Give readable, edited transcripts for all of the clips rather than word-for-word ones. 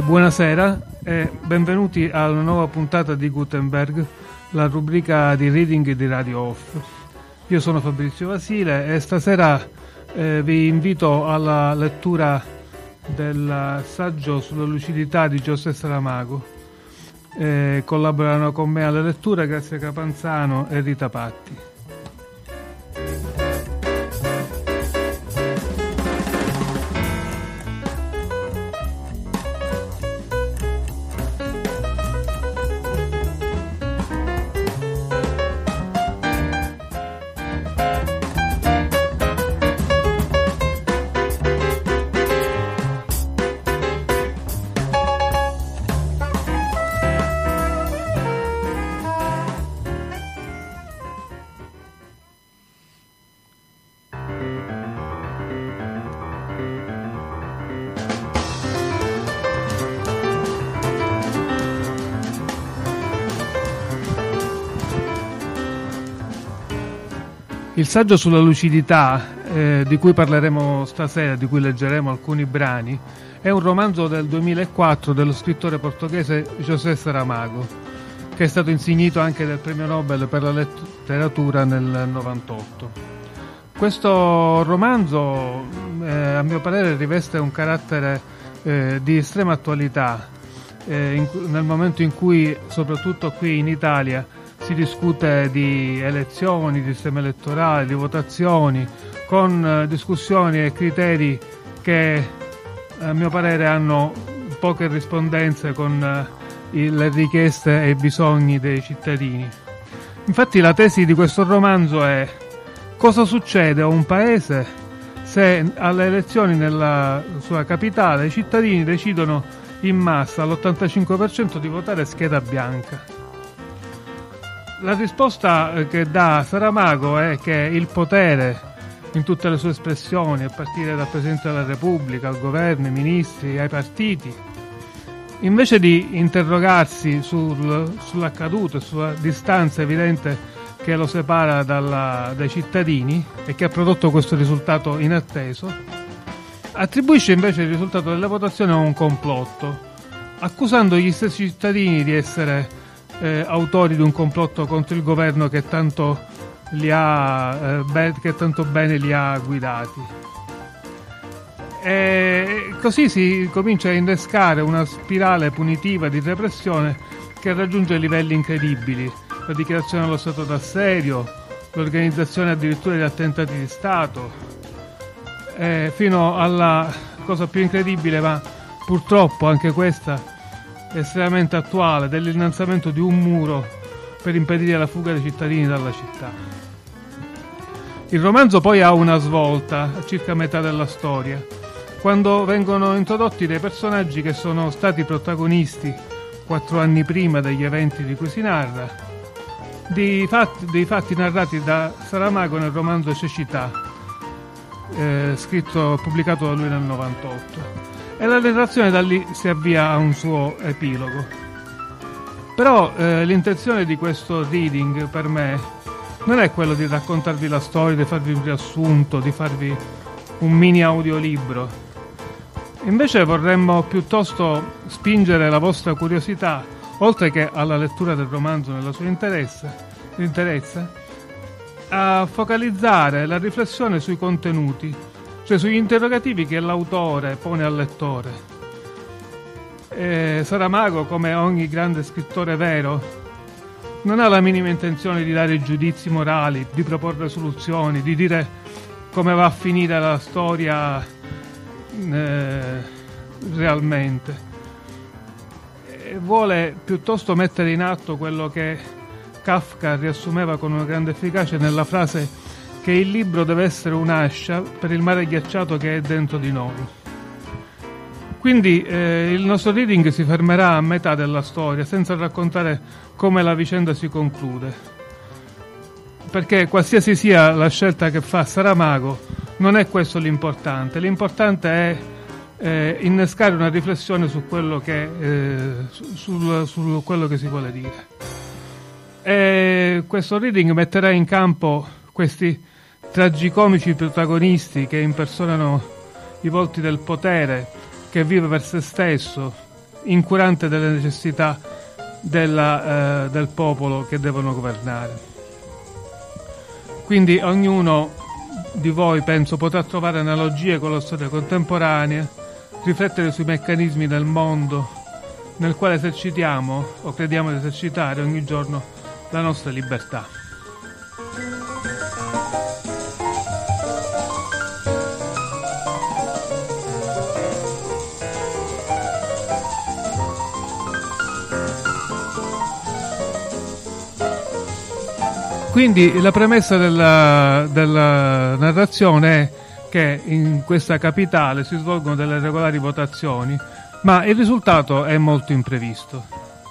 Buonasera e benvenuti a una nuova puntata di Gutenberg, la rubrica di reading di Radio Off. Io sono Fabrizio Vasile e stasera vi invito alla lettura del saggio sulla lucidità di José Saramago. Collaborano con me alle letture Grazia Capanzano e Rita Patti. Il saggio sulla lucidità, di cui parleremo stasera, di cui leggeremo alcuni brani, è un romanzo del 2004 dello scrittore portoghese José Saramago, che è stato insignito anche del premio Nobel per la letteratura nel 98. Questo romanzo, a mio parere, riveste un carattere di estrema attualità, nel momento in cui, soprattutto qui in Italia, si discute di elezioni, di sistema elettorale, di votazioni, con discussioni e criteri che a mio parere hanno poche rispondenze con le richieste e i bisogni dei cittadini. Infatti la tesi di questo romanzo è: cosa succede a un paese se alle elezioni nella sua capitale i cittadini decidono in massa all'85% di votare scheda bianca? La risposta che dà Saramago è che il potere, in tutte le sue espressioni, a partire dal Presidente della Repubblica, al governo, ai ministri, ai partiti, invece di interrogarsi sull'accaduto e sulla distanza evidente che lo separa dai cittadini e che ha prodotto questo risultato inatteso, attribuisce invece il risultato della votazione a un complotto, accusando gli stessi cittadini di essere autori di un complotto contro il governo che tanto bene li ha guidati. E così si comincia a innescare una spirale punitiva di repressione che raggiunge livelli incredibili: la dichiarazione dello stato d'assedio, l'organizzazione addirittura di attentati di Stato, fino alla cosa più incredibile, ma purtroppo anche questa estremamente attuale, dell'innalzamento di un muro per impedire la fuga dei cittadini dalla città. Il romanzo poi ha una svolta a circa metà della storia, quando vengono introdotti dei personaggi che sono stati protagonisti 4 anni prima degli eventi di cui si narra, dei fatti narrati da Saramago nel romanzo Cecità, pubblicato da lui nel 98. E la narrazione da lì si avvia a un suo epilogo. Però l'intenzione di questo reading per me non è quello di raccontarvi la storia, di farvi un riassunto, di farvi un mini audiolibro. Invece vorremmo piuttosto spingere la vostra curiosità, oltre che alla lettura del romanzo nella sua interezza, a focalizzare la riflessione sui contenuti, cioè sugli interrogativi che l'autore pone al lettore. Saramago, come ogni grande scrittore vero, non ha la minima intenzione di dare giudizi morali, di proporre soluzioni, di dire come va a finire la storia realmente. Vuole piuttosto mettere in atto quello che Kafka riassumeva con una grande efficacia nella frase che il libro deve essere un'ascia per il mare ghiacciato che è dentro di noi. Quindi il nostro reading si fermerà a metà della storia, senza raccontare come la vicenda si conclude, perché qualsiasi sia la scelta che fa Saramago, non è questo l'importante. L'importante è innescare una riflessione su quello che su quello che si vuole dire. E questo reading metterà in campo questi tragicomici protagonisti che impersonano i volti del potere, che vive per se stesso incurante delle necessità del popolo che devono governare. Quindi ognuno di voi, penso, potrà trovare analogie con la storia contemporanea, riflettere sui meccanismi del mondo nel quale esercitiamo o crediamo di esercitare ogni giorno la nostra libertà. Quindi la premessa della narrazione è che in questa capitale si svolgono delle regolari votazioni, ma il risultato è molto imprevisto.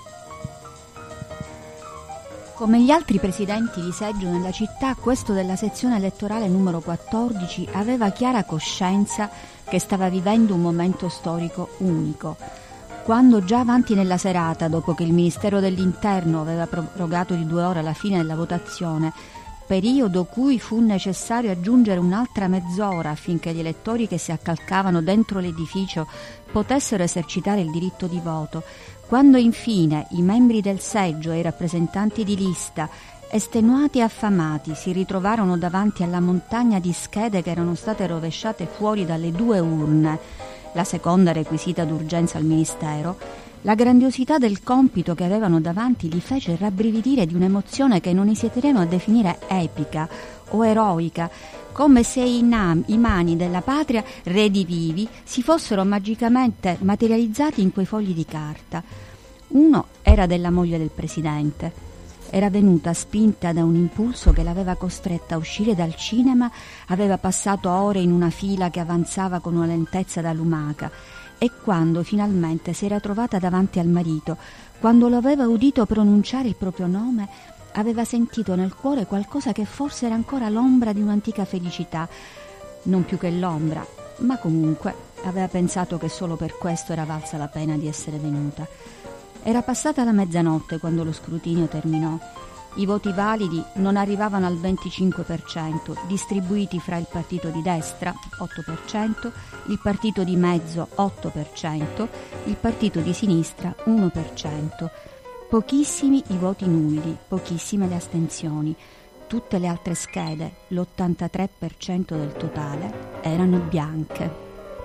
Come gli altri presidenti di seggio nella città, questo della sezione elettorale numero 14 aveva chiara coscienza che stava vivendo un momento storico unico. Quando già avanti nella serata, dopo che il Ministero dell'Interno aveva prorogato di 2 ore la fine della votazione, periodo cui fu necessario aggiungere un'altra mezz'ora affinché gli elettori che si accalcavano dentro l'edificio potessero esercitare il diritto di voto, quando infine i membri del seggio e i rappresentanti di lista, estenuati e affamati, si ritrovarono davanti alla montagna di schede che erano state rovesciate fuori dalle 2 urne, la seconda requisita d'urgenza al Ministero, la grandiosità del compito che avevano davanti li fece rabbrividire di un'emozione che non esiteremo a definire epica o eroica, come se i mani della patria redivivi si fossero magicamente materializzati in quei fogli di carta. Uno era della moglie del presidente. Era venuta spinta da un impulso che l'aveva costretta a uscire dal cinema, aveva passato ore in una fila che avanzava con una lentezza da lumaca e quando finalmente si era trovata davanti al marito, quando lo aveva udito pronunciare il proprio nome, aveva sentito nel cuore qualcosa che forse era ancora l'ombra di un'antica felicità, non più che l'ombra, ma comunque aveva pensato che solo per questo era valsa la pena di essere venuta. Era passata la mezzanotte quando lo scrutinio terminò. I voti validi non arrivavano al 25%, distribuiti fra il partito di destra, 8%, il partito di mezzo, 8%, il partito di sinistra, 1%. Pochissimi i voti nulli, pochissime le astensioni. Tutte le altre schede, l'83% del totale, erano bianche.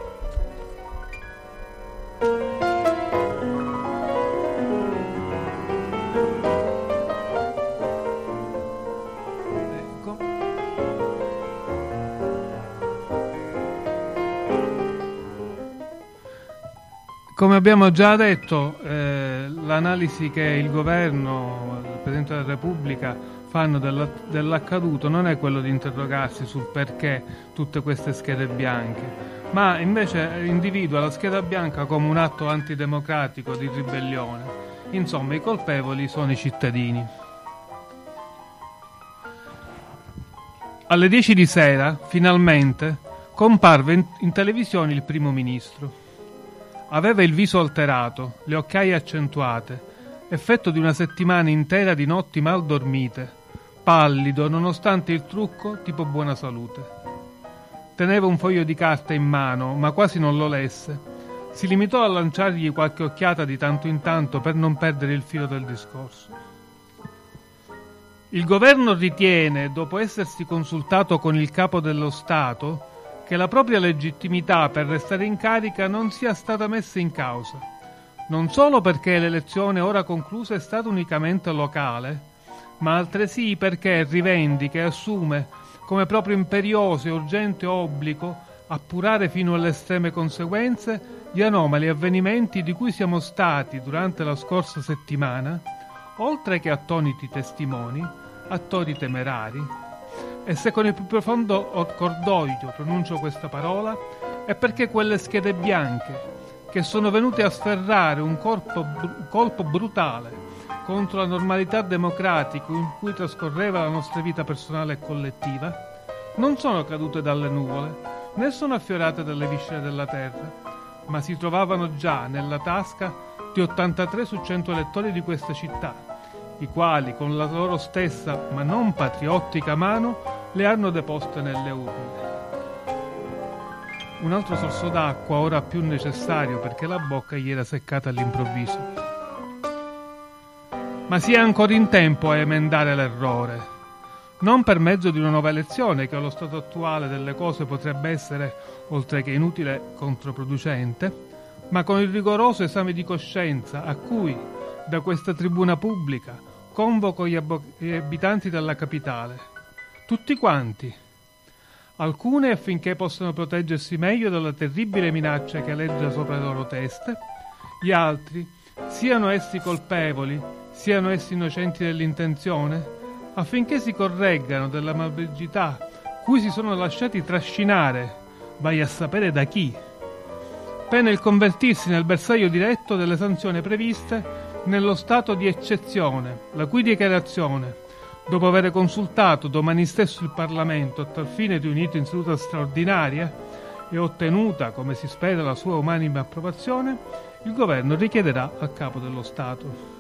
Come abbiamo già detto, l'analisi che il governo, il Presidente della Repubblica fanno dell'accaduto non è quello di interrogarsi sul perché tutte queste schede bianche, ma invece individua la scheda bianca come un atto antidemocratico di ribellione. Insomma, i colpevoli sono i cittadini. Alle 10 di sera, finalmente, comparve in televisione il primo ministro. Aveva il viso alterato, le occhiaie accentuate, effetto di una settimana intera di notti mal dormite, pallido nonostante il trucco tipo buona salute. Teneva un foglio di carta in mano, ma quasi non lo lesse. Si limitò a lanciargli qualche occhiata di tanto in tanto per non perdere il filo del discorso. Il governo ritiene, dopo essersi consultato con il capo dello Stato, che la propria legittimità per restare in carica non sia stata messa in causa, non solo perché l'elezione ora conclusa è stata unicamente locale, ma altresì perché rivendica e assume come proprio imperioso e urgente obbligo appurare fino alle estreme conseguenze gli anomali avvenimenti di cui siamo stati durante la scorsa settimana, oltre che attoniti testimoni, attori temerari. E se con il più profondo cordoglio pronuncio questa parola, è perché quelle schede bianche, che sono venute a sferrare un colpo brutale contro la normalità democratica in cui trascorreva la nostra vita personale e collettiva, non sono cadute dalle nuvole, né sono affiorate dalle viscere della terra, ma si trovavano già nella tasca di 83 su 100 elettori di questa città, i quali con la loro stessa ma non patriottica mano le hanno deposte nelle urne. un altro sorso d'acqua ora più necessario perché la bocca gli era seccata all'improvviso. Ma si è ancora in tempo a emendare l'errore, non per mezzo di una nuova elezione che allo stato attuale delle cose potrebbe essere, oltre che inutile, controproducente, ma con il rigoroso esame di coscienza a cui, da questa tribuna pubblica, convoco gli abitanti della capitale, tutti quanti, alcune affinché possano proteggersi meglio dalla terribile minaccia che aleggia sopra le loro teste, gli altri, siano essi colpevoli, siano essi innocenti dell'intenzione, affinché si correggano della malvagità cui si sono lasciati trascinare, vai a sapere da chi, pena il convertirsi nel bersaglio diretto delle sanzioni previste nello stato di eccezione, la cui dichiarazione, dopo aver consultato domani stesso il Parlamento a tal fine riunito in seduta straordinaria e ottenuta, come si spera, la sua unanime approvazione, il Governo richiederà al Capo dello Stato.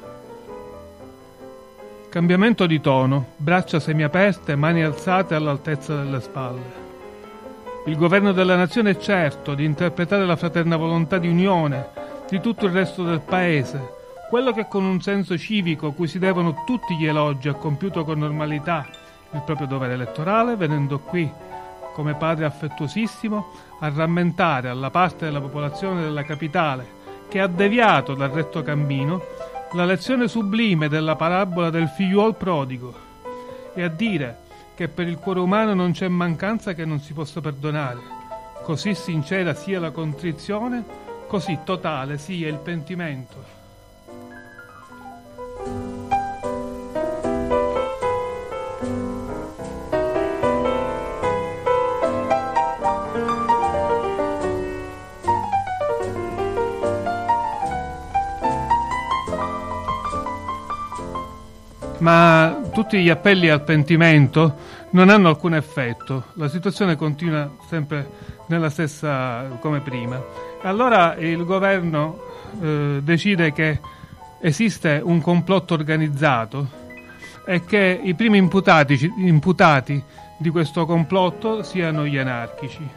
Cambiamento di tono, braccia semiaperte, mani alzate all'altezza delle spalle. Il Governo della Nazione è certo di interpretare la fraterna volontà di unione di tutto il resto del Paese, quello che con un senso civico cui si devono tutti gli elogi ha compiuto con normalità il proprio dovere elettorale, venendo qui, come padre affettuosissimo, a rammentare alla parte della popolazione della capitale che ha deviato dal retto cammino la lezione sublime della parabola del figliuol prodigo e a dire che per il cuore umano non c'è mancanza che non si possa perdonare. Così sincera sia la contrizione, così totale sia il pentimento. Ma tutti gli appelli al pentimento non hanno alcun effetto, la situazione continua sempre nella stessa come prima. Allora il governo decide che esiste un complotto organizzato e che i primi imputati di questo complotto siano gli anarchici.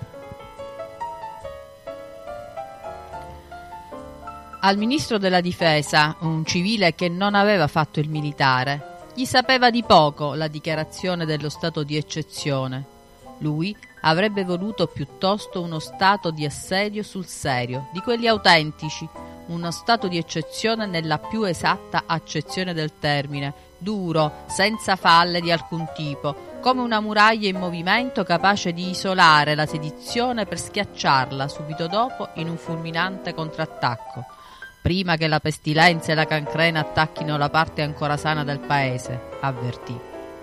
Al ministro della difesa, un civile che non aveva fatto il militare, gli sapeva di poco la dichiarazione dello stato di eccezione. Lui avrebbe voluto piuttosto uno stato di assedio sul serio, di quelli autentici, uno stato di eccezione nella più esatta accezione del termine, duro, senza falle di alcun tipo, come una muraglia in movimento capace di isolare la sedizione per schiacciarla subito dopo in un fulminante contrattacco, prima che la pestilenza e la cancrena attacchino la parte ancora sana del paese, avvertì.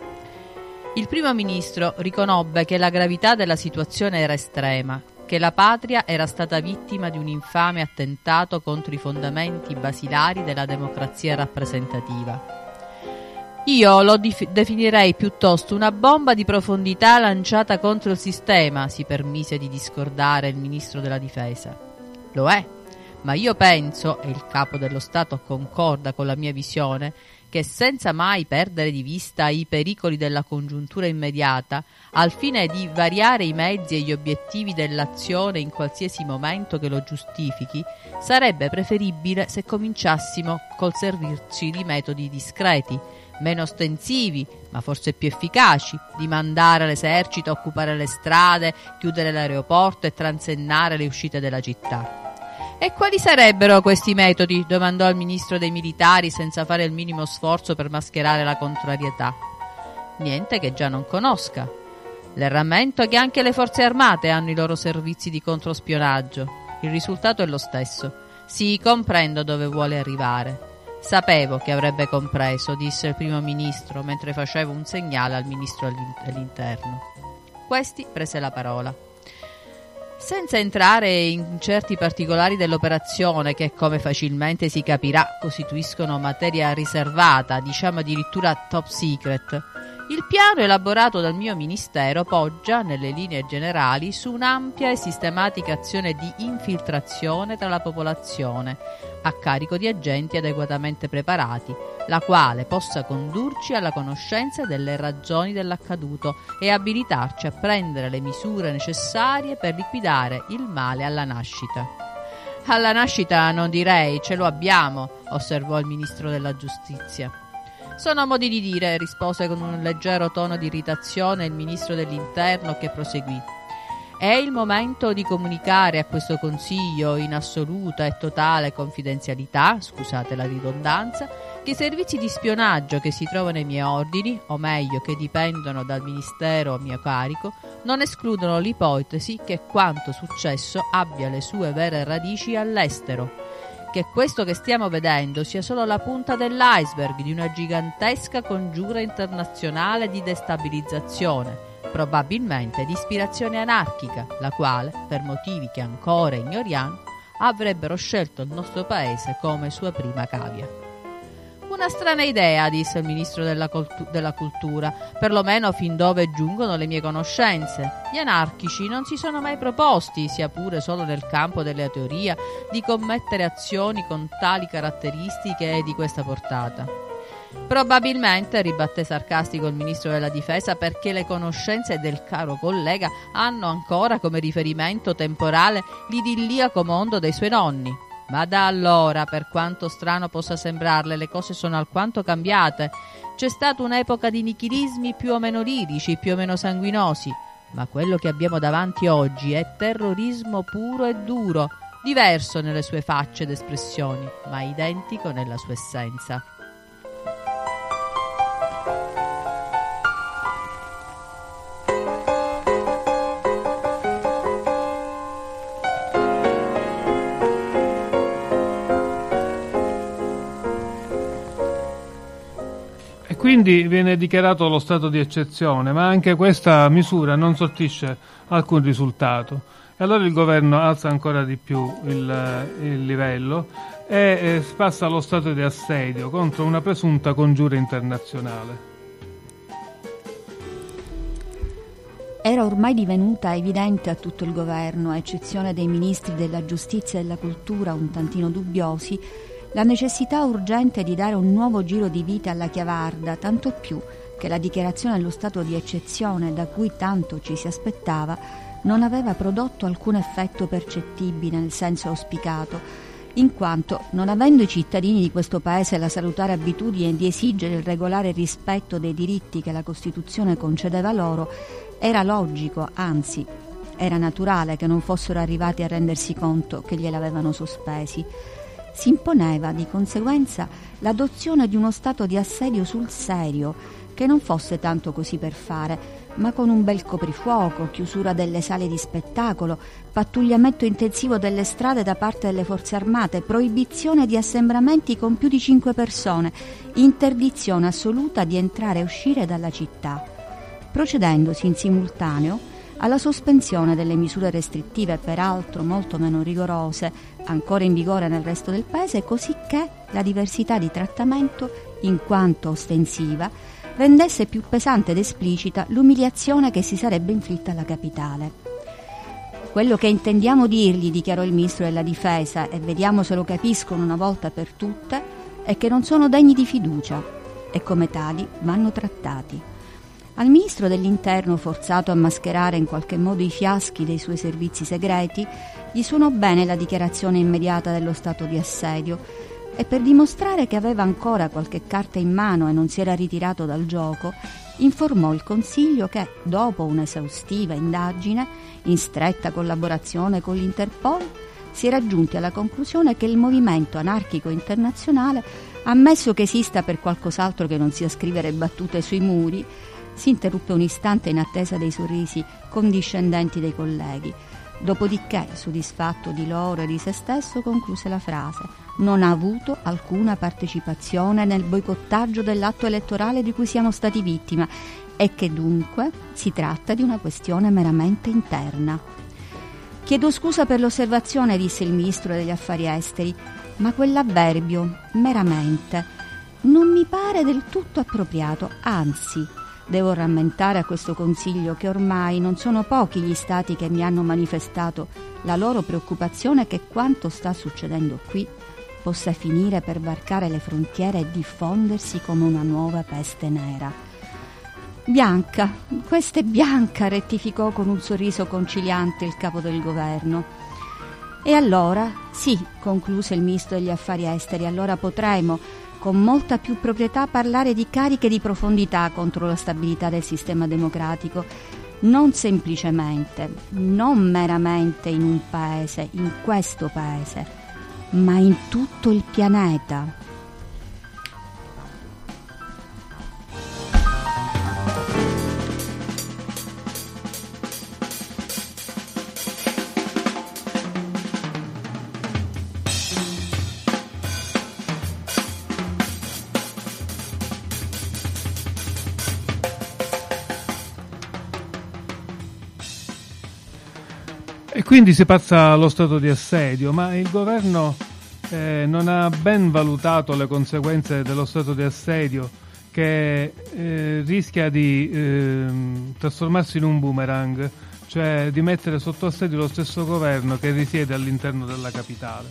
Il primo ministro riconobbe che la gravità della situazione era estrema, che la patria era stata vittima di un infame attentato contro i fondamenti basilari della democrazia rappresentativa. Io lo definirei piuttosto una bomba di profondità lanciata contro il sistema, si permise di discordare il ministro della difesa. Lo è. Ma io penso, e il Capo dello Stato concorda con la mia visione, che senza mai perdere di vista i pericoli della congiuntura immediata, al fine di variare i mezzi e gli obiettivi dell'azione in qualsiasi momento che lo giustifichi, sarebbe preferibile se cominciassimo col servirci di metodi discreti, meno ostensivi, ma forse più efficaci, di mandare l'esercito a occupare le strade, chiudere l'aeroporto e transennare le uscite della città. E quali sarebbero questi metodi? Domandò al ministro dei militari senza fare il minimo sforzo per mascherare la contrarietà. Niente che già non conosca. Le rammento che anche le forze armate hanno i loro servizi di controspionaggio. Il risultato è lo stesso. Sì, comprendo dove vuole arrivare. Sapevo che avrebbe compreso, disse il primo ministro mentre faceva un segnale al ministro dell'interno. Questi prese la parola. Senza entrare in certi particolari dell'operazione che, come facilmente si capirà, costituiscono materia riservata, diciamo addirittura top secret, Il piano elaborato dal mio ministero poggia, nelle linee generali, su un'ampia e sistematica azione di infiltrazione tra la popolazione, a carico di agenti adeguatamente preparati, la quale possa condurci alla conoscenza delle ragioni dell'accaduto e abilitarci a prendere le misure necessarie per liquidare il male alla nascita. Alla nascita non direi, ce lo abbiamo, osservò il ministro della giustizia. Sono modi di dire, rispose con un leggero tono di irritazione il ministro dell'interno, che proseguì. È il momento di comunicare a questo Consiglio in assoluta e totale confidenzialità, scusate la ridondanza, che i servizi di spionaggio che si trovano ai miei ordini, o meglio che dipendono dal ministero a mio carico, non escludono l'ipotesi che quanto successo abbia le sue vere radici all'estero, che questo che stiamo vedendo sia solo la punta dell'iceberg di una gigantesca congiura internazionale di destabilizzazione, probabilmente di ispirazione anarchica, la quale, per motivi che ancora ignoriamo, avrebbero scelto il nostro paese come sua prima cavia. Una strana idea, disse il ministro della cultura, perlomeno fin dove giungono le mie conoscenze. Gli anarchici non si sono mai proposti, sia pure solo nel campo della teoria, di commettere azioni con tali caratteristiche e di questa portata. Probabilmente, ribatté sarcastico il ministro della difesa, perché le conoscenze del caro collega hanno ancora come riferimento temporale l'idilliaco mondo dei suoi nonni. Ma da allora, per quanto strano possa sembrarle, le cose sono alquanto cambiate. C'è stata un'epoca di nichilismi più o meno lirici, più o meno sanguinosi, ma quello che abbiamo davanti oggi è terrorismo puro e duro, diverso nelle sue facce ed espressioni, ma identico nella sua essenza. Quindi viene dichiarato lo stato di eccezione, ma anche questa misura non sortisce alcun risultato. E allora il governo alza ancora di più il livello e passa allo stato di assedio contro una presunta congiura internazionale. Era ormai divenuta evidente a tutto il governo, a eccezione dei ministri della giustizia e della cultura un tantino dubbiosi, la necessità urgente di dare un nuovo giro di vita alla Chiavarda, tanto più che la dichiarazione dello stato di eccezione, da cui tanto ci si aspettava, non aveva prodotto alcun effetto percettibile nel senso auspicato, in quanto, non avendo i cittadini di questo paese la salutare abitudine di esigere il regolare rispetto dei diritti che la Costituzione concedeva loro, era logico, anzi, era naturale che non fossero arrivati a rendersi conto che gliel'avevano sospesi. Si imponeva di conseguenza l'adozione di uno stato di assedio sul serio, che non fosse tanto così per fare, ma con un bel coprifuoco, chiusura delle sale di spettacolo, pattugliamento intensivo delle strade da parte delle forze armate, proibizione di assembramenti con più di 5 persone, interdizione assoluta di entrare e uscire dalla città, procedendosi in simultaneo alla sospensione delle misure restrittive, peraltro molto meno rigorose, ancora in vigore nel resto del paese, così che la diversità di trattamento, in quanto ostensiva, rendesse più pesante ed esplicita l'umiliazione che si sarebbe inflitta alla capitale. Quello che intendiamo dirgli, dichiarò il ministro della difesa, e vediamo se lo capiscono una volta per tutte, è che non sono degni di fiducia e come tali vanno trattati. Al ministro dell'interno, forzato a mascherare in qualche modo i fiaschi dei suoi servizi segreti, gli suonò bene la dichiarazione immediata dello stato di assedio e, per dimostrare che aveva ancora qualche carta in mano e non si era ritirato dal gioco, informò il Consiglio che, dopo un'esaustiva indagine, in stretta collaborazione con l'Interpol, si era giunti alla conclusione che il movimento anarchico internazionale, ammesso che esista per qualcos'altro che non sia scrivere battute sui muri, si interruppe un istante in attesa dei sorrisi condiscendenti dei colleghi. Dopodiché, soddisfatto di loro e di se stesso, concluse la frase: non ha avuto alcuna partecipazione nel boicottaggio dell'atto elettorale di cui siamo stati vittima e che dunque si tratta di una questione meramente interna. Chiedo scusa per l'osservazione, disse il ministro degli affari esteri, ma quell'avverbio, meramente, non mi pare del tutto appropriato, anzi, Devo rammentare a questo Consiglio che ormai non sono pochi gli stati che mi hanno manifestato la loro preoccupazione che quanto sta succedendo qui possa finire per varcare le frontiere e diffondersi come una nuova peste nera. Bianca, questa è Bianca, rettificò con un sorriso conciliante il capo del governo. E allora, sì, concluse il ministro degli affari esteri, allora potremo con molta più proprietà parlare di cariche di profondità contro la stabilità del sistema democratico, non semplicemente, non meramente in un paese, in questo paese, ma in tutto il pianeta. E quindi si passa allo stato di assedio, ma il governo non ha ben valutato le conseguenze dello stato di assedio, che rischia di trasformarsi in un boomerang, cioè di mettere sotto assedio lo stesso governo che risiede all'interno della capitale.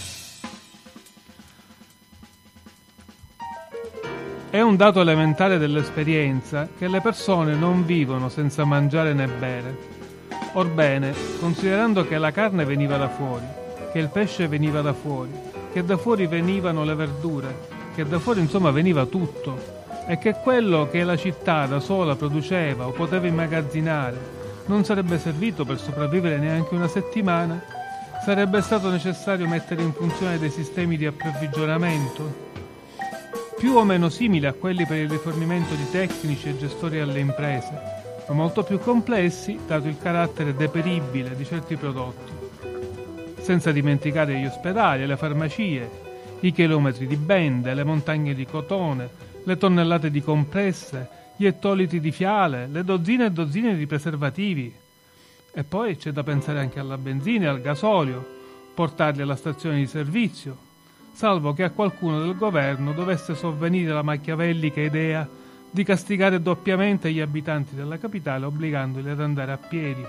È un dato elementare dell'esperienza che le persone non vivono senza mangiare né bere. Orbene, considerando che la carne veniva da fuori, che il pesce veniva da fuori, che da fuori venivano le verdure, che da fuori insomma veniva tutto, e che quello che la città da sola produceva o poteva immagazzinare non sarebbe servito per sopravvivere neanche una settimana, sarebbe stato necessario mettere in funzione dei sistemi di approvvigionamento, più o meno simili a quelli per il rifornimento di tecnici e gestori alle imprese, ma molto più complessi dato il carattere deperibile di certi prodotti. Senza dimenticare gli ospedali, le farmacie, i chilometri di bende, le montagne di cotone, le tonnellate di compresse, gli ettolitri di fiale, le dozzine e dozzine di preservativi. E poi c'è da pensare anche alla benzina e al gasolio, portarli alla stazione di servizio, salvo che a qualcuno del governo dovesse sovvenire la machiavellica idea di castigare doppiamente gli abitanti della capitale obbligandoli ad andare a piedi.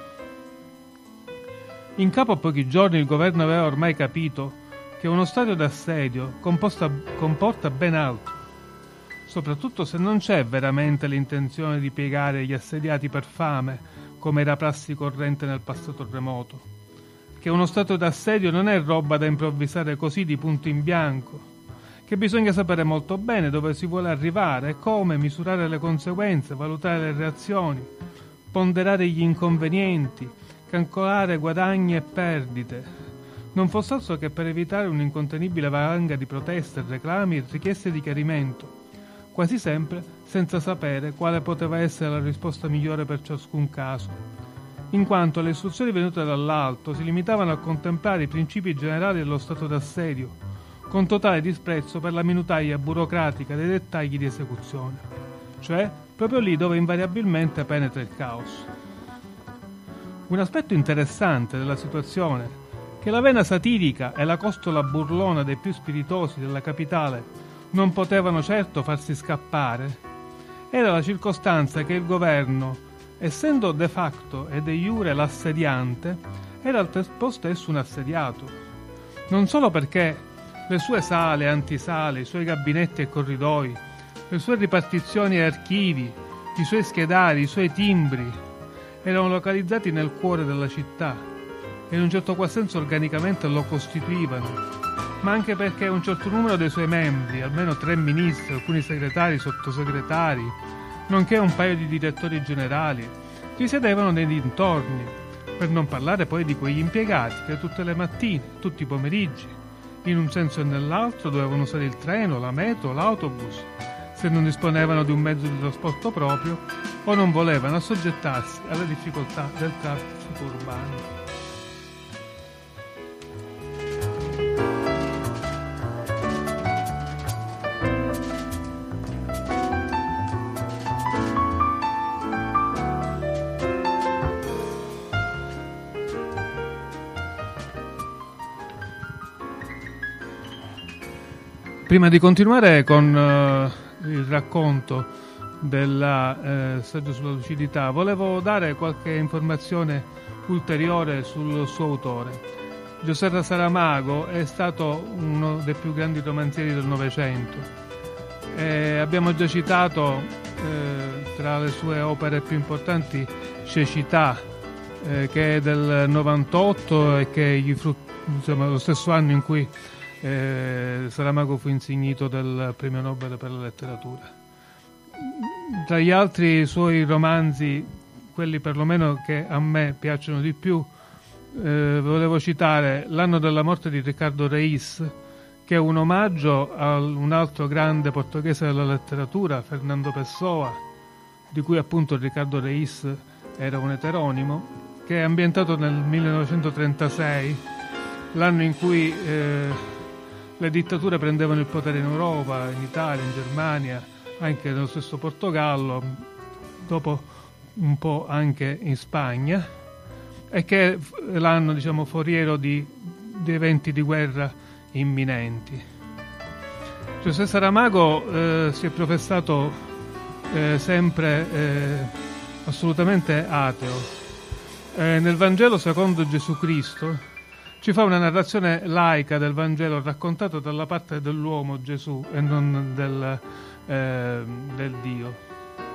In capo a pochi giorni il governo aveva ormai capito che uno stato d'assedio comporta ben altro, soprattutto se non c'è veramente l'intenzione di piegare gli assediati per fame, come era prassi corrente nel passato remoto, che uno stato d'assedio non è roba da improvvisare così di punto in bianco, che bisogna sapere molto bene dove si vuole arrivare e come, misurare le conseguenze, valutare le reazioni, ponderare gli inconvenienti, calcolare guadagni e perdite. Non fosse altro che per evitare un'incontenibile valanga di proteste, reclami e richieste di chiarimento, quasi sempre senza sapere quale poteva essere la risposta migliore per ciascun caso, in quanto le istruzioni venute dall'alto si limitavano a contemplare i principi generali dello stato d'assedio, con totale disprezzo per la minutaglia burocratica dei dettagli di esecuzione, cioè proprio lì dove invariabilmente penetra il caos. Un aspetto interessante della situazione, che la vena satirica e la costola burlona dei più spiritosi della capitale non potevano certo farsi scappare, era la circostanza che il governo, essendo de facto e de iure l'assediante, era al tempo stesso un assediato, non solo perché le sue sale e antisale, i suoi gabinetti e corridoi, le sue ripartizioni e archivi, i suoi schedari, i suoi timbri, erano localizzati nel cuore della città e in un certo qual senso organicamente lo costituivano, ma anche perché un certo numero dei suoi membri, almeno 3 ministri, alcuni segretari, sottosegretari, nonché un paio di direttori generali, risiedevano nei dintorni, per non parlare poi di quegli impiegati che tutte le mattine, tutti i pomeriggi, in un senso e nell'altro dovevano usare il treno, la metro, l'autobus, se non disponevano di un mezzo di trasporto proprio o non volevano assoggettarsi alle difficoltà del traffico urbano. Prima di continuare con il racconto della saggio sulla lucidità, volevo dare qualche informazione ulteriore sul suo autore. Giuseppe Saramago è stato uno dei più grandi romanzieri del Novecento. Abbiamo già citato tra le sue opere più importanti Cecità, che è del 98 e che gli fu lo stesso anno in cui Saramago fu insignito del premio Nobel per la letteratura. Tra gli altri suoi romanzi, quelli perlomeno che a me piacciono di più, volevo citare L'anno della morte di Ricardo Reis, che è un omaggio a un altro grande portoghese della letteratura, Fernando Pessoa, di cui appunto Ricardo Reis era un eteronimo, che è ambientato nel 1936, l'anno in cui le dittature prendevano il potere in Europa, in Italia, in Germania, anche nello stesso Portogallo, dopo un po' anche in Spagna, e che è l'anno, diciamo, foriero di eventi di guerra imminenti. Giuseppe Saramago si è professato sempre assolutamente ateo. Nel Vangelo secondo Gesù Cristo ci fa una narrazione laica del Vangelo raccontato dalla parte dell'uomo Gesù e non del Dio.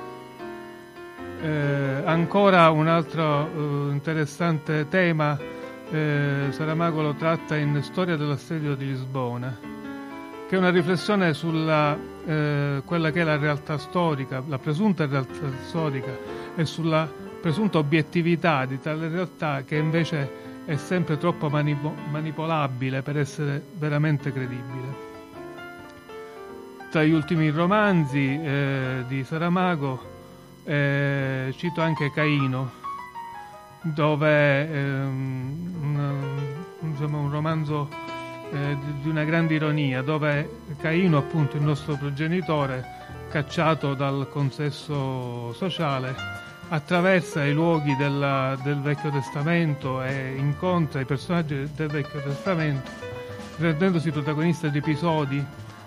Ancora un altro interessante tema, Saramago lo tratta in Storia dell'assedio di Lisbona, che è una riflessione sulla quella che è la realtà storica, la presunta realtà storica, e sulla presunta obiettività di tale realtà, che invece è sempre troppo manipolabile per essere veramente credibile. Tra gli ultimi romanzi di Saramago cito anche Caino, dove un romanzo di una grande ironia, dove Caino, appunto il nostro progenitore, cacciato dal consesso sociale, attraversa i luoghi del Vecchio Testamento e incontra i personaggi del Vecchio Testamento, rendendosi protagonista di episodi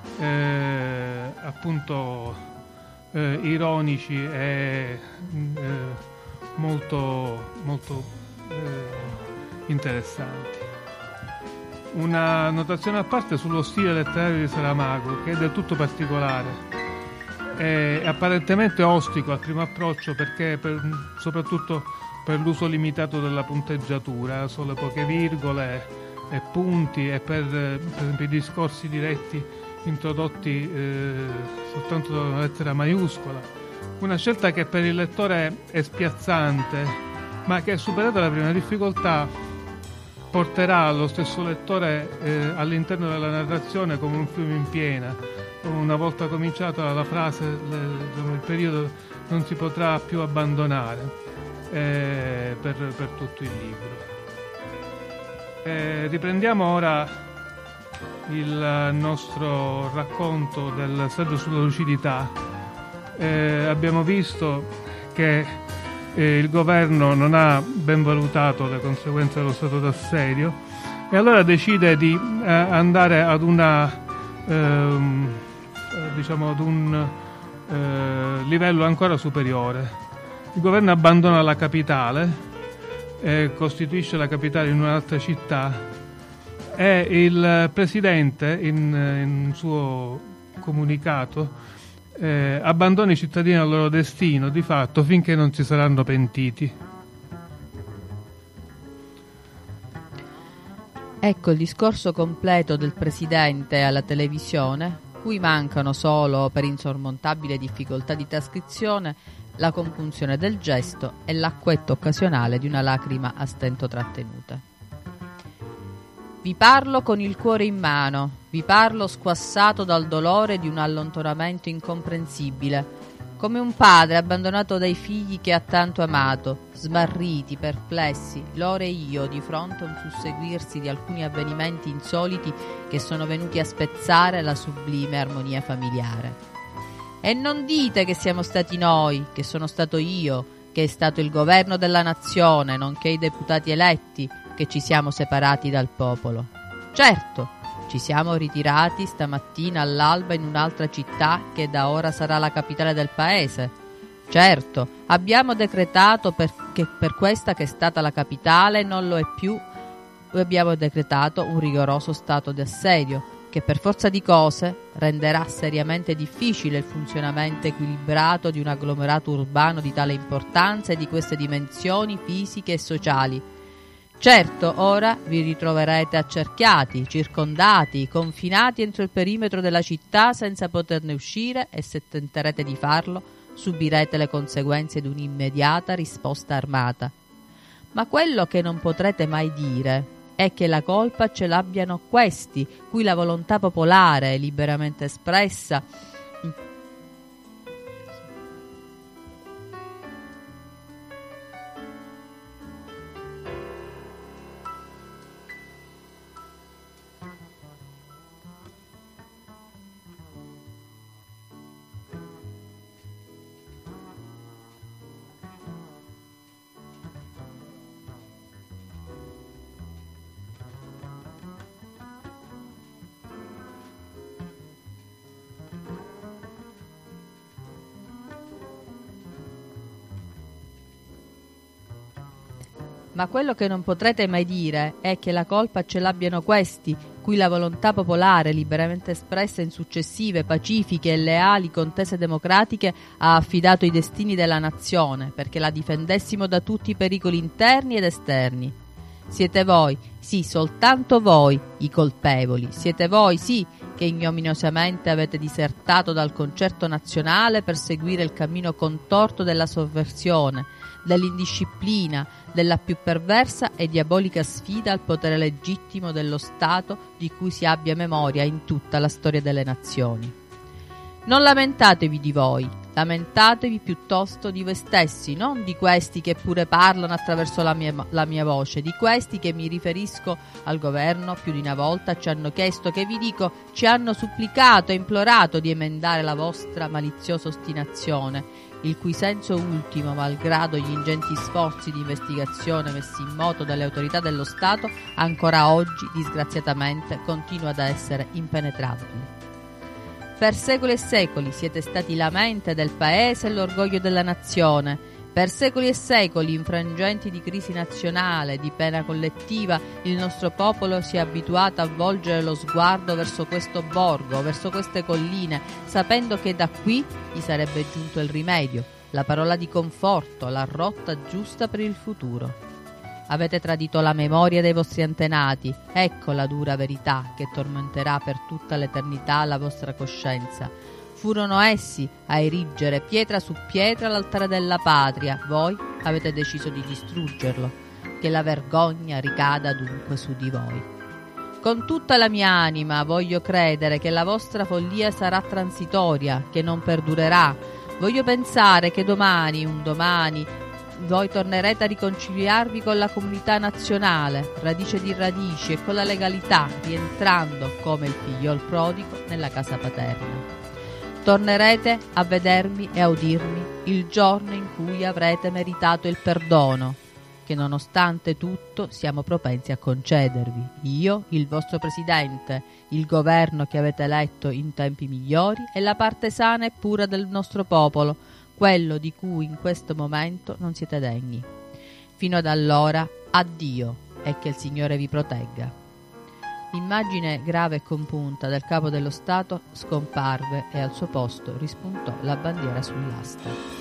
appunto ironici e molto interessanti. Una notazione a parte sullo stile letterario di Saramago, che è del tutto particolare, è apparentemente ostico al primo approccio, perché soprattutto per l'uso limitato della punteggiatura, solo poche virgole e punti, e per esempio i discorsi diretti introdotti soltanto da una lettera maiuscola, una scelta che per il lettore è spiazzante, ma che, superata la prima difficoltà, porterà lo stesso lettore all'interno della narrazione come un fiume in piena. Una volta cominciata la frase, il periodo non si potrà più abbandonare per tutto il libro. Riprendiamo ora il nostro racconto del saggio sulla lucidità. Abbiamo visto che il governo non ha ben valutato le conseguenze dello stato d'assedio e allora decide di andare ad un livello ancora superiore. Il governo abbandona la capitale, costituisce la capitale in un'altra città, e il presidente in un suo comunicato abbandona i cittadini al loro destino di fatto finché non si saranno pentiti. Ecco il discorso completo del presidente alla televisione, cui mancano solo, per insormontabili difficoltà di trascrizione, la compunzione del gesto e l'acquetto occasionale di una lacrima a stento trattenuta. Vi parlo con il cuore in mano, vi parlo squassato dal dolore di un allontanamento incomprensibile, come un padre abbandonato dai figli che ha tanto amato, smarriti, perplessi, loro e io, di fronte a un susseguirsi di alcuni avvenimenti insoliti che sono venuti a spezzare la sublime armonia familiare. E non dite che siamo stati noi, che sono stato io, che è stato il governo della nazione, nonché i deputati eletti, che ci siamo separati dal popolo. Certo, Ci siamo ritirati stamattina all'alba in un'altra città che da ora sarà la capitale del paese. Certo, abbiamo decretato che per questa che è stata la capitale non lo è più, abbiamo decretato un rigoroso stato di assedio che per forza di cose renderà seriamente difficile il funzionamento equilibrato di un agglomerato urbano di tale importanza e di queste dimensioni fisiche e sociali. Certo, ora vi ritroverete accerchiati, circondati, confinati entro il perimetro della città senza poterne uscire e se tenterete di farlo subirete le conseguenze di un'immediata risposta armata. Ma quello che non potrete mai dire è che la colpa ce l'abbiano questi, cui la volontà popolare, liberamente espressa, Ma quello che non potrete mai dire è che la colpa ce l'abbiano questi, cui la volontà popolare, liberamente espressa in successive, pacifiche e leali contese democratiche, ha affidato i destini della nazione, perché la difendessimo da tutti i pericoli interni ed esterni. Siete voi, sì, soltanto voi, i colpevoli. Siete voi, sì, che ignominiosamente avete disertato dal concerto nazionale per seguire il cammino contorto della sovversione, dell'indisciplina, della più perversa e diabolica sfida al potere legittimo dello Stato di cui si abbia memoria in tutta la storia delle nazioni. Non lamentatevi di voi, lamentatevi piuttosto di voi stessi, non di questi che pure parlano attraverso la mia voce, di questi che mi riferisco al governo più di una volta ci hanno chiesto, che vi dico, ci hanno supplicato e implorato di emendare la vostra maliziosa ostinazione, il cui senso ultimo, malgrado gli ingenti sforzi di investigazione messi in moto dalle autorità dello Stato, ancora oggi, disgraziatamente, continua ad essere impenetrabile. Per secoli e secoli siete stati la mente del paese e l'orgoglio della nazione. Per secoli e secoli, infrangenti di crisi nazionale, di pena collettiva, il nostro popolo si è abituato a volgere lo sguardo verso questo borgo, verso queste colline, sapendo che da qui gli sarebbe giunto il rimedio, la parola di conforto, la rotta giusta per il futuro. Avete tradito la memoria dei vostri antenati, ecco la dura verità che tormenterà per tutta l'eternità la vostra coscienza. Furono essi a erigere pietra su pietra l'altare della patria, voi avete deciso di distruggerlo, che la vergogna ricada dunque su di voi. Con tutta la mia anima voglio credere che la vostra follia sarà transitoria, che non perdurerà. Voglio pensare che domani, un domani, voi tornerete a riconciliarvi con la comunità nazionale, radice di radici, e con la legalità, rientrando, come il figliol prodigo, nella casa paterna. Tornerete a vedermi e a udirmi il giorno in cui avrete meritato il perdono, che nonostante tutto siamo propensi a concedervi, io, il vostro presidente, il governo che avete eletto in tempi migliori e la parte sana e pura del nostro popolo, quello di cui in questo momento non siete degni. Fino ad allora, addio e che il Signore vi protegga. L'immagine grave e compunta del capo dello Stato scomparve e al suo posto rispuntò la bandiera sull'asta.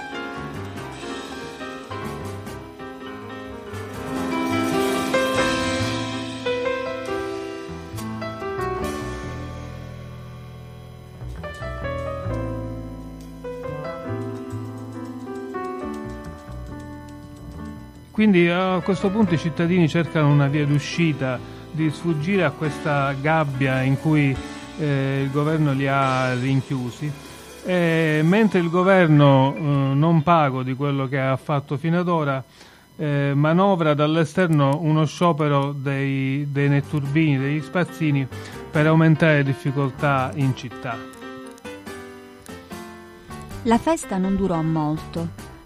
Quindi a questo punto i cittadini cercano una via d'uscita, di sfuggire a questa gabbia in cui il governo li ha rinchiusi, mentre il governo, non pago di quello che ha fatto fino ad ora, manovra dall'esterno uno sciopero dei netturbini, degli spazzini, per aumentare le difficoltà in città. La festa non durò molto.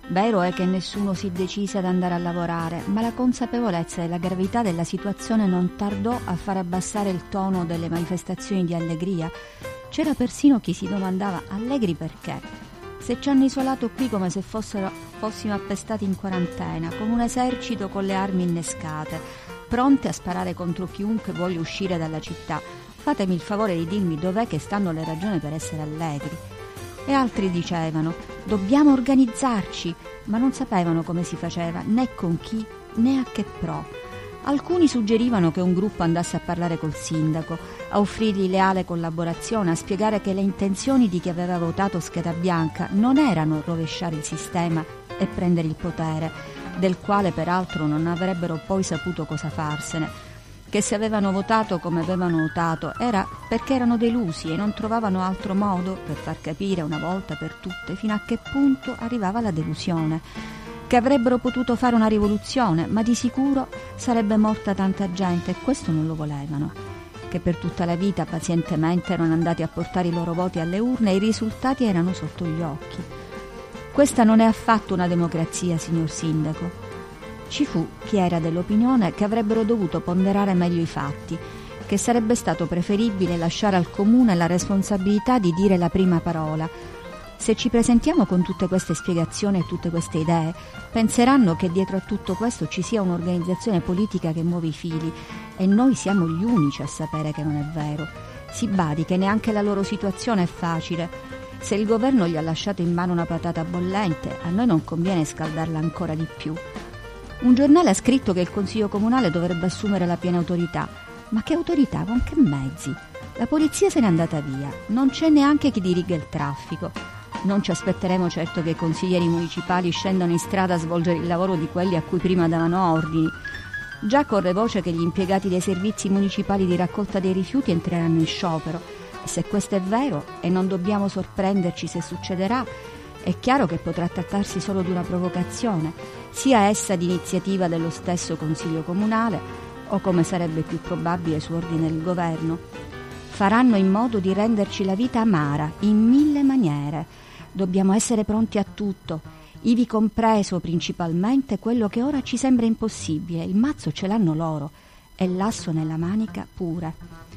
Vero è che nessuno si decise ad andare a lavorare, ma la consapevolezza della gravità della situazione non tardò a far abbassare il tono delle manifestazioni di allegria. C'era persino chi si domandava: allegri perché? Se ci hanno isolato qui come se fossimo appestati in quarantena, con un esercito con le armi innescate, pronte a sparare contro chiunque voglia uscire dalla città. Fatemi il favore di dirmi dov'è che stanno le ragioni per essere allegri. E altri dicevano: dobbiamo organizzarci, ma non sapevano come si faceva, né con chi, né a che pro. Alcuni suggerivano che un gruppo andasse a parlare col sindaco, a offrirgli leale collaborazione, a spiegare che le intenzioni di chi aveva votato scheda bianca non erano rovesciare il sistema e prendere il potere, del quale peraltro non avrebbero poi saputo cosa farsene, che se avevano votato come avevano votato era perché erano delusi e non trovavano altro modo per far capire una volta per tutte fino a che punto arrivava la delusione, che avrebbero potuto fare una rivoluzione, ma di sicuro sarebbe morta tanta gente e questo non lo volevano, che per tutta la vita pazientemente erano andati a portare i loro voti alle urne e i risultati erano sotto gli occhi. Questa non è affatto una democrazia, signor Sindaco. Ci fu chi era dell'opinione che avrebbero dovuto ponderare meglio i fatti, che sarebbe stato preferibile lasciare al comune la responsabilità di dire la prima parola. Se ci presentiamo con tutte queste spiegazioni e tutte queste idee, penseranno che dietro a tutto questo ci sia un'organizzazione politica che muove i fili, e noi siamo gli unici a sapere che non è vero. Si badi che neanche la loro situazione è facile. Se il governo gli ha lasciato in mano una patata bollente, a noi non conviene scaldarla ancora di più. Un giornale ha scritto che il Consiglio Comunale dovrebbe assumere la piena autorità. Ma che autorità? Con che mezzi? La polizia se n'è andata via, non c'è neanche chi diriga il traffico. Non ci aspetteremo certo che i consiglieri municipali scendano in strada a svolgere il lavoro di quelli a cui prima davano ordini. Già corre voce che gli impiegati dei servizi municipali di raccolta dei rifiuti entreranno in sciopero. E se questo è vero, e non dobbiamo sorprenderci se succederà, è chiaro che potrà trattarsi solo di una provocazione, sia essa di iniziativa dello stesso Consiglio Comunale o, come sarebbe più probabile, su ordine del governo. Faranno in modo di renderci la vita amara in 1000 maniere. Dobbiamo essere pronti a tutto, ivi compreso principalmente quello che ora ci sembra impossibile. Il mazzo ce l'hanno loro e l'asso nella manica pure.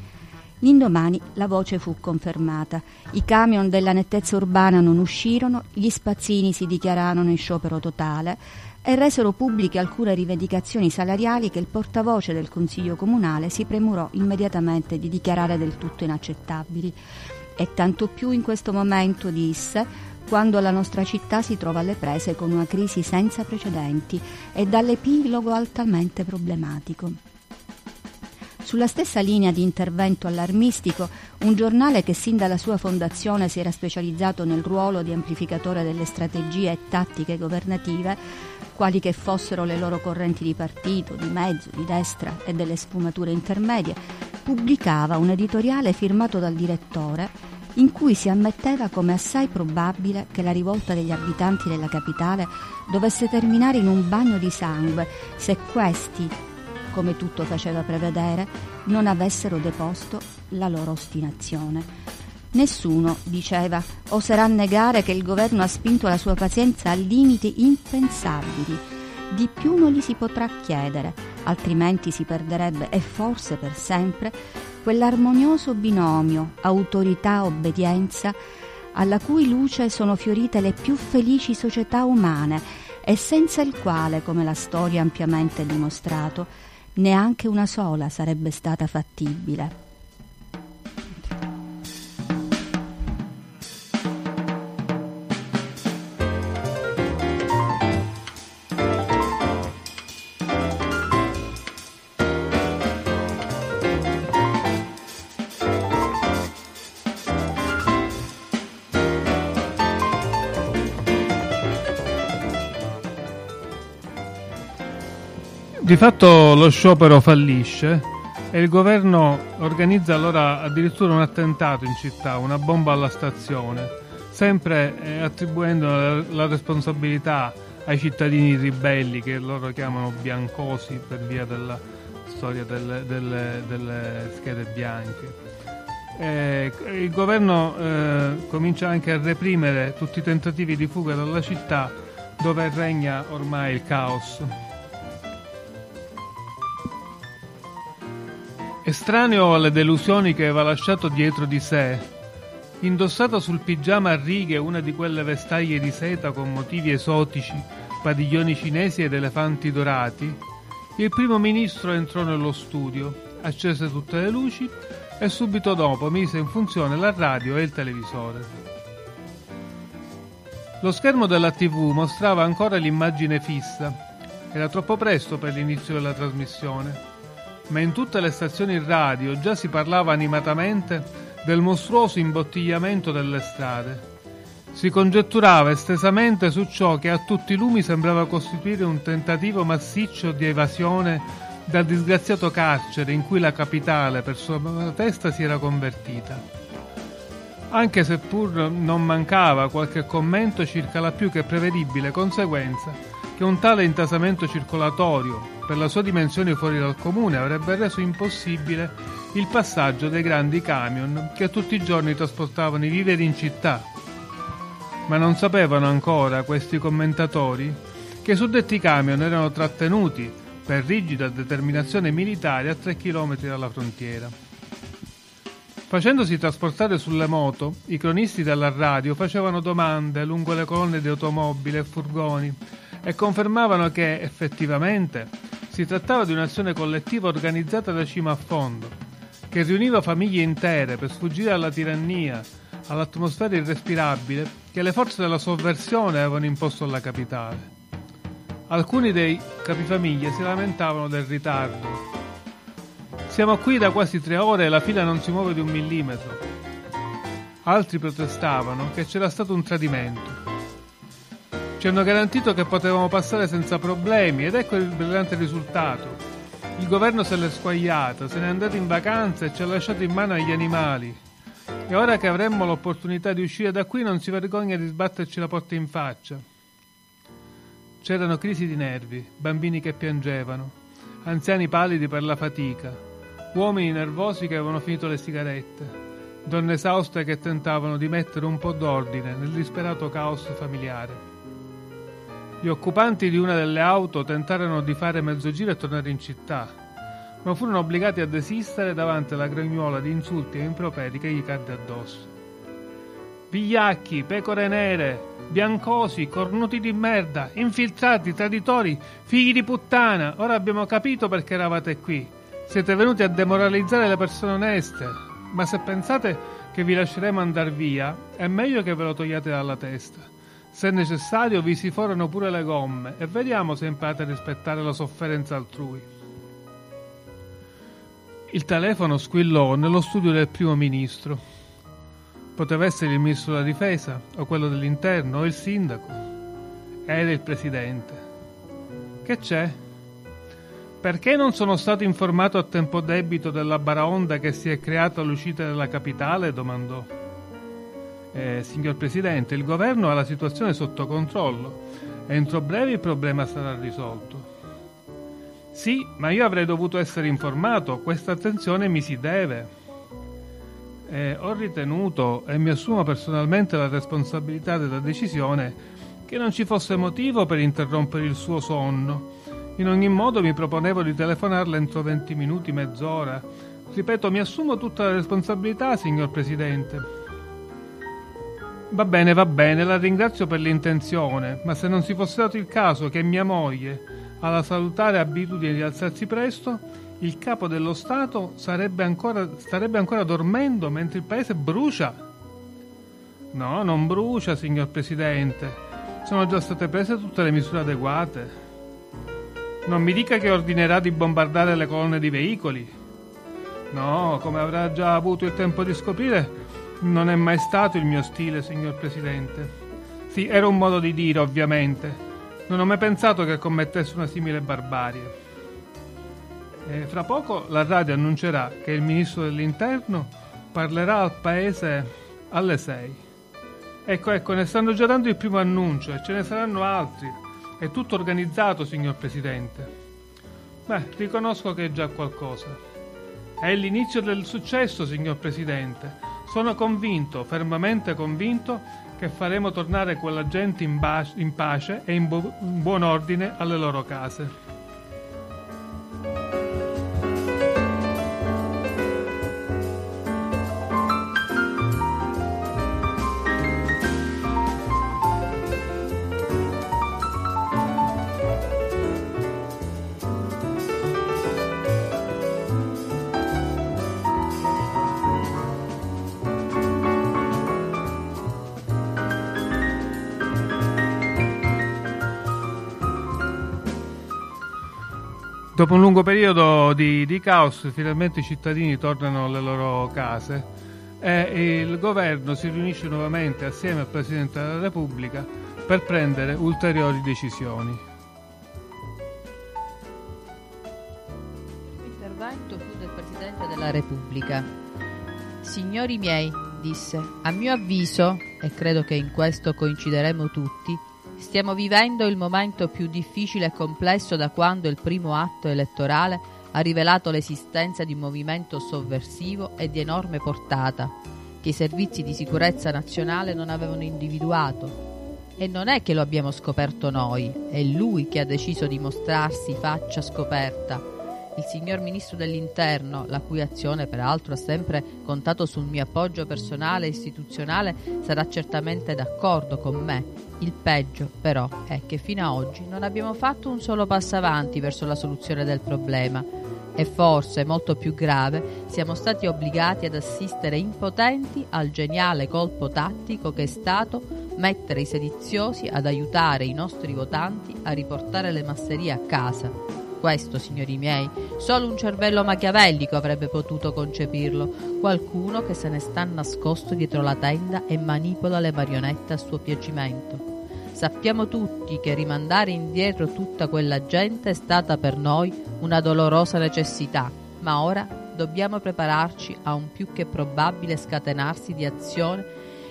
L'indomani la voce fu confermata. I camion della nettezza urbana non uscirono, gli spazzini si dichiararono in sciopero totale e resero pubbliche alcune rivendicazioni salariali che il portavoce del Consiglio Comunale si premurò immediatamente di dichiarare del tutto inaccettabili. E tanto più in questo momento, disse, quando la nostra città si trova alle prese con una crisi senza precedenti e dall'epilogo altamente problematico. Sulla stessa linea di intervento allarmistico, un giornale che sin dalla sua fondazione si era specializzato nel ruolo di amplificatore delle strategie e tattiche governative, quali che fossero le loro correnti di partito, di mezzo, di destra e delle sfumature intermedie, pubblicava un editoriale firmato dal direttore in cui si ammetteva come assai probabile che la rivolta degli abitanti della capitale dovesse terminare in un bagno di sangue se questi, come tutto faceva prevedere, non avessero deposto la loro ostinazione. Nessuno, diceva, oserà negare che il governo ha spinto la sua pazienza a limiti impensabili. Di più non gli si potrà chiedere, altrimenti si perderebbe, e forse per sempre, quell'armonioso binomio autorità-obbedienza alla cui luce sono fiorite le più felici società umane e senza il quale, come la storia ha ampiamente dimostrato, neanche una sola sarebbe stata fattibile. Di fatto lo sciopero fallisce e il governo organizza allora addirittura un attentato in città, una bomba alla stazione, sempre attribuendo la responsabilità ai cittadini ribelli, che loro chiamano biancosi per via della storia delle schede bianche. Il governo comincia anche a reprimere tutti i tentativi di fuga dalla città, dove regna ormai il caos. Estraneo alle delusioni che aveva lasciato dietro di sé, indossata sul pigiama a righe una di quelle vestaglie di seta con motivi esotici, padiglioni cinesi ed elefanti dorati, il primo ministro entrò nello studio, accese tutte le luci e subito dopo mise in funzione la radio e il televisore. Lo schermo della TV mostrava ancora l'immagine fissa. Era troppo presto per l'inizio della trasmissione, ma in tutte le stazioni radio già si parlava animatamente del mostruoso imbottigliamento delle strade. Si congetturava estesamente su ciò che a tutti i lumi sembrava costituire un tentativo massiccio di evasione dal disgraziato carcere in cui la capitale per sua testa si era convertita. Anche se pur non mancava qualche commento circa la più che prevedibile conseguenza che un tale intasamento circolatorio, per la sua dimensione fuori dal comune, avrebbe reso impossibile il passaggio dei grandi camion che tutti i giorni trasportavano i viveri in città. Ma non sapevano ancora questi commentatori che i suddetti camion erano trattenuti per rigida determinazione militare a 3 chilometri dalla frontiera. Facendosi trasportare sulle moto, i cronisti della radio facevano domande lungo le colonne di automobili e furgoni e confermavano che, effettivamente, si trattava di un'azione collettiva organizzata da cima a fondo, che riuniva famiglie intere per sfuggire alla tirannia, all'atmosfera irrespirabile che le forze della sovversione avevano imposto alla capitale. Alcuni dei capifamiglia si lamentavano del ritardo. Siamo qui da quasi 3 ore e la fila non si muove di 1 millimetro. Altri protestavano che c'era stato un tradimento. Ci hanno garantito che potevamo passare senza problemi ed ecco il brillante risultato. Il governo se l'è squagliata, se n'è andato in vacanza e ci ha lasciato in mano agli animali. E ora che avremmo l'opportunità di uscire da qui non si vergogna di sbatterci la porta in faccia. C'erano crisi di nervi, bambini che piangevano, anziani pallidi per la fatica, uomini nervosi che avevano finito le sigarette, donne esauste che tentavano di mettere un po' d'ordine nel disperato caos familiare. Gli occupanti di una delle auto tentarono di fare mezzo giro e tornare in città, ma furono obbligati a desistere davanti alla gragnuola di insulti e improperi che gli cadde addosso. Vigliacchi, pecore nere, biancosi, cornuti di merda, infiltrati, traditori, figli di puttana, ora abbiamo capito perché eravate qui. Siete venuti a demoralizzare le persone oneste, ma se pensate che vi lasceremo andar via, è meglio che ve lo togliate dalla testa. Se necessario vi si forano pure le gomme e vediamo se imparate a rispettare la sofferenza altrui. Il telefono squillò nello studio del primo ministro. Poteva essere il ministro della difesa, o quello dell'interno, o il sindaco. Era il presidente. Che c'è? Perché non sono stato informato a tempo debito della baraonda che si è creata all'uscita della capitale? Domandò. Signor Presidente, il governo ha la situazione sotto controllo. Entro breve il problema sarà risolto. Sì, ma io avrei dovuto essere informato. Questa attenzione mi si deve. Ho ritenuto, e mi assumo personalmente la responsabilità della decisione, che non ci fosse motivo per interrompere il suo sonno. In ogni modo mi proponevo di telefonarle entro 20 minuti, mezz'ora. Ripeto, mi assumo tutta la responsabilità, signor Presidente. Va bene, la ringrazio per l'intenzione, ma se non si fosse dato il caso che mia moglie ha la salutare abitudine di alzarsi presto, il capo dello Stato starebbe ancora dormendo mentre il paese brucia. No, non brucia, signor Presidente. Sono già state prese tutte le misure adeguate. Non mi dica che ordinerà di bombardare le colonne di veicoli. No, come avrà già avuto il tempo di scoprire, non è mai stato il mio stile, signor Presidente. Sì, era un modo di dire, ovviamente. Non ho mai pensato che commettesse una simile barbarie. Fra poco la radio annuncerà che il ministro dell'interno parlerà al paese alle 6. Ecco, ne stanno già dando il primo annuncio e ce ne saranno altri. È tutto organizzato, signor Presidente. Riconosco che è già qualcosa. È l'inizio del successo, signor Presidente. Sono convinto, fermamente convinto, che faremo tornare quella gente in pace e in buon ordine alle loro case. Dopo un lungo periodo di caos, finalmente i cittadini tornano alle loro case e il governo si riunisce nuovamente assieme al Presidente della Repubblica per prendere ulteriori decisioni. L'intervento fu del Presidente della Repubblica. Signori miei, disse, a mio avviso, e credo che in questo coincideremo tutti, stiamo vivendo il momento più difficile e complesso da quando il primo atto elettorale ha rivelato l'esistenza di un movimento sovversivo e di enorme portata che i servizi di sicurezza nazionale non avevano individuato. E non è che lo abbiamo scoperto noi, è lui che ha deciso di mostrarsi faccia scoperta. Il signor Ministro dell'Interno, la cui azione peraltro ha sempre contato sul mio appoggio personale e istituzionale, sarà certamente d'accordo con me. Il peggio, però, è che fino ad oggi non abbiamo fatto un solo passo avanti verso la soluzione del problema. E forse, molto più grave, siamo stati obbligati ad assistere impotenti al geniale colpo tattico che è stato mettere i sediziosi ad aiutare i nostri votanti a riportare le masserie a casa. Questo, signori miei, solo un cervello machiavellico avrebbe potuto concepirlo, qualcuno che se ne sta nascosto dietro la tenda e manipola le marionette a suo piacimento. Sappiamo tutti che rimandare indietro tutta quella gente è stata per noi una dolorosa necessità, ma ora dobbiamo prepararci a un più che probabile scatenarsi di azione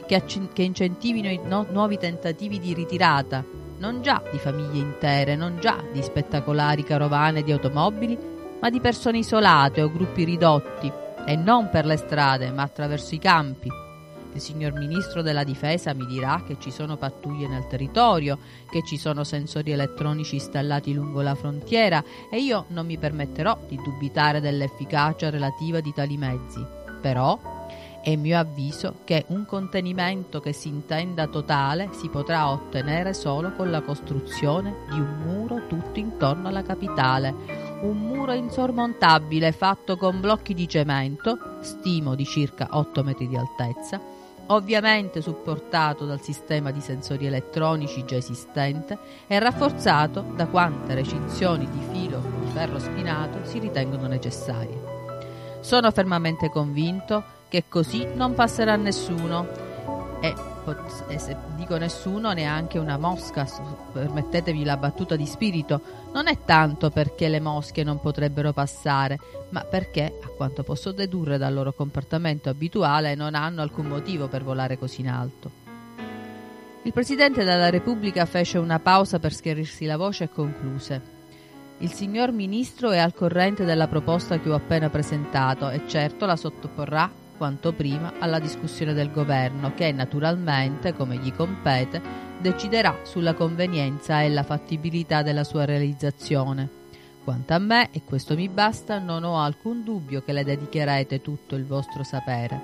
che incentivino i nuovi tentativi di ritirata, non già di famiglie intere, non già di spettacolari carovane di automobili, ma di persone isolate o gruppi ridotti, e non per le strade, ma attraverso i campi. Il signor Ministro della Difesa mi dirà che ci sono pattuglie nel territorio, che ci sono sensori elettronici installati lungo la frontiera, e io non mi permetterò di dubitare dell'efficacia relativa di tali mezzi. Però è mio avviso che un contenimento che si intenda totale si potrà ottenere solo con la costruzione di un muro tutto intorno alla capitale, un muro insormontabile fatto con blocchi di cemento, stimo di circa 8 metri di altezza, ovviamente supportato dal sistema di sensori elettronici già esistente e rafforzato da quante recinzioni di filo di ferro spinato si ritengono necessarie. Sono fermamente convinto che così non passerà nessuno e se dico nessuno, neanche una mosca, permettetevi la battuta di spirito. Non è tanto perché le mosche non potrebbero passare, ma perché, a quanto posso dedurre dal loro comportamento abituale, non hanno alcun motivo per volare così in alto. Il Presidente della Repubblica fece una pausa per schiarirsi la voce e concluse: il signor Ministro è al corrente della proposta che ho appena presentato e certo la sottoporrà quanto prima alla discussione del governo che naturalmente, come gli compete, deciderà sulla convenienza e la fattibilità della sua realizzazione. Quanto a me, e questo mi basta, non ho alcun dubbio che le dedicherete tutto il vostro sapere.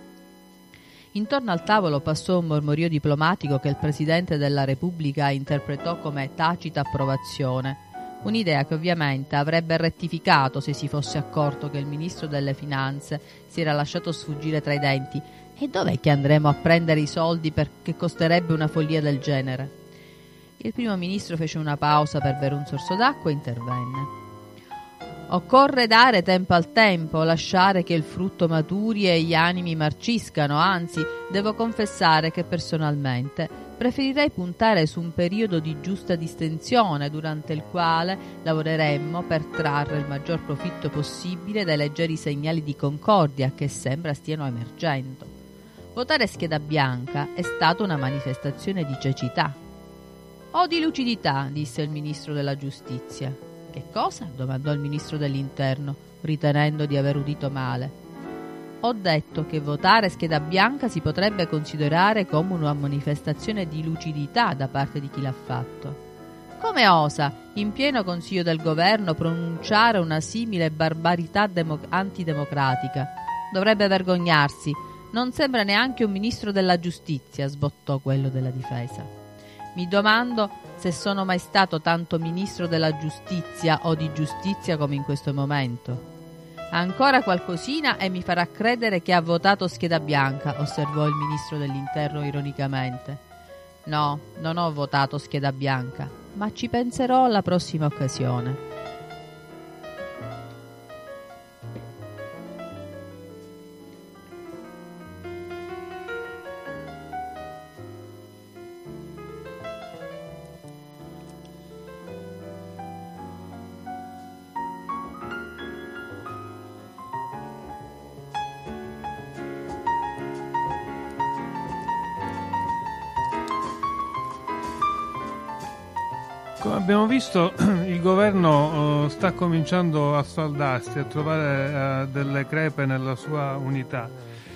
Intorno al tavolo passò un mormorio diplomatico che il Presidente della Repubblica interpretò come tacita approvazione, un'idea che ovviamente avrebbe rettificato se si fosse accorto che il Ministro delle Finanze si era lasciato sfuggire tra i denti: e dov'è che andremo a prendere i soldi perché costerebbe una follia del genere? Il primo ministro fece una pausa per bere un sorso d'acqua e intervenne. Occorre dare tempo al tempo, lasciare che il frutto maturi e gli animi marciscano, anzi, devo confessare che personalmente preferirei puntare su un periodo di giusta distensione durante il quale lavoreremmo per trarre il maggior profitto possibile dai leggeri segnali di concordia che sembra stiano emergendo. Votare scheda bianca è stata una manifestazione di cecità. O di lucidità, disse il ministro della giustizia. Che cosa? Domandò il ministro dell'interno, ritenendo di aver udito male. ho detto che votare scheda bianca si potrebbe considerare come una manifestazione di lucidità da parte di chi l'ha fatto. Come osa, in pieno consiglio del governo, pronunciare una simile barbarità antidemocratica? Dovrebbe vergognarsi. Non sembra neanche un ministro della giustizia, sbottò quello della difesa. Mi domando se sono mai stato tanto ministro della giustizia o di giustizia come in questo momento. Ancora qualcosina e mi farà credere che ha votato scheda bianca, osservò il ministro dell'interno ironicamente. No, non ho votato scheda bianca, ma ci penserò alla prossima occasione. Come abbiamo visto, il governo sta cominciando a saldarsi, a trovare delle crepe nella sua unità.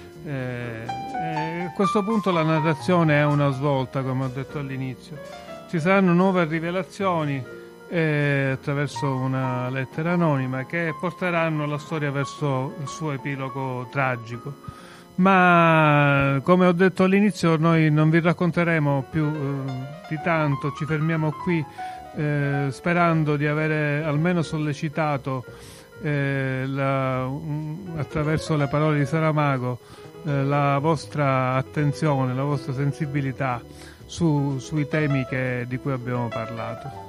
A questo punto la narrazione è una svolta, come ho detto all'inizio. Ci saranno nuove rivelazioni attraverso una lettera anonima che porteranno la storia verso il suo epilogo tragico. Ma come ho detto all'inizio, noi non vi racconteremo più di tanto, ci fermiamo qui sperando di avere almeno sollecitato attraverso le parole di Saramago la vostra attenzione, la vostra sensibilità sui temi di cui abbiamo parlato.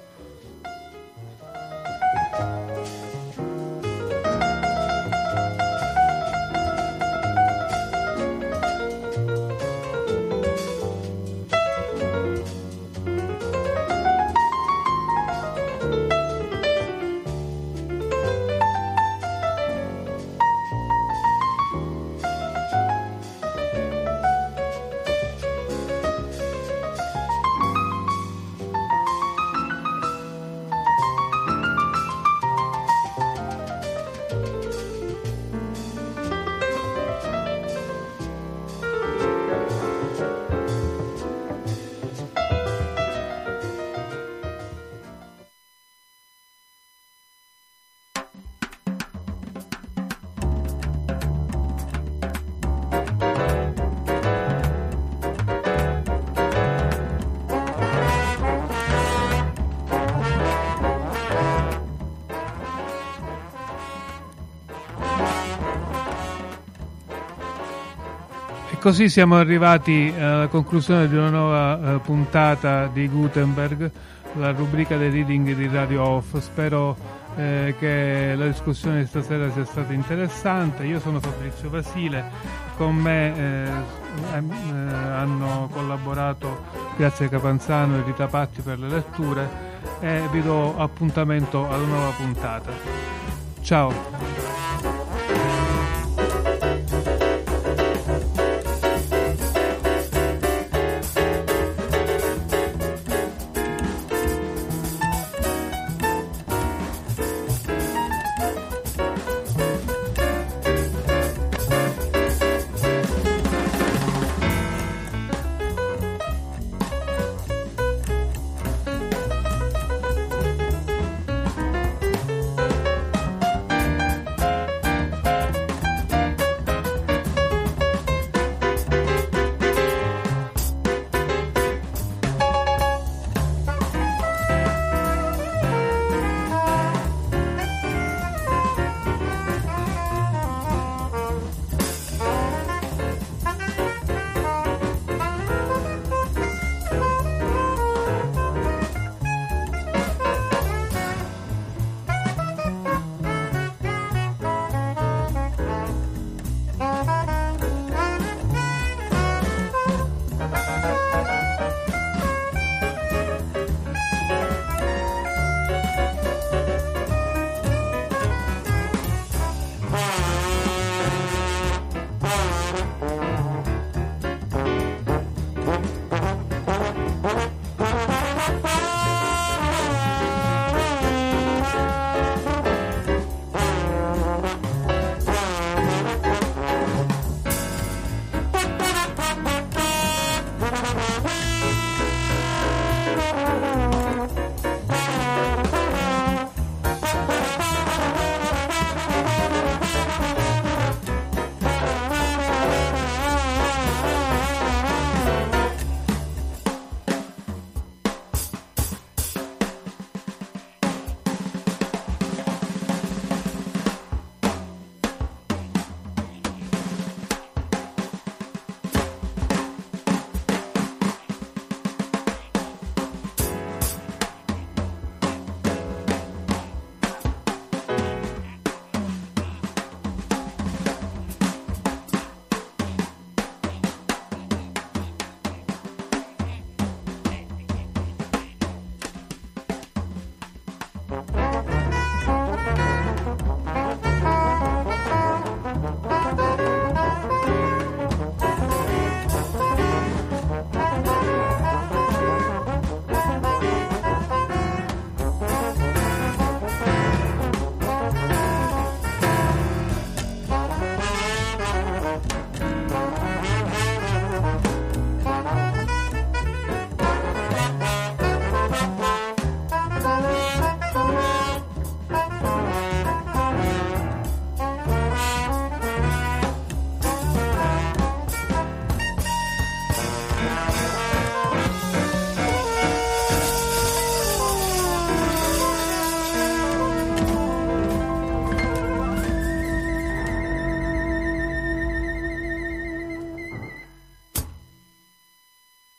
Così siamo arrivati alla conclusione di una nuova puntata di Gutenberg, la rubrica dei reading di Radio Off. Spero che la discussione di stasera sia stata interessante. Io sono Fabrizio Basile, con me hanno collaborato Grazia Capanzano e Rita Patti per le letture e vi do appuntamento ad una nuova puntata. Ciao!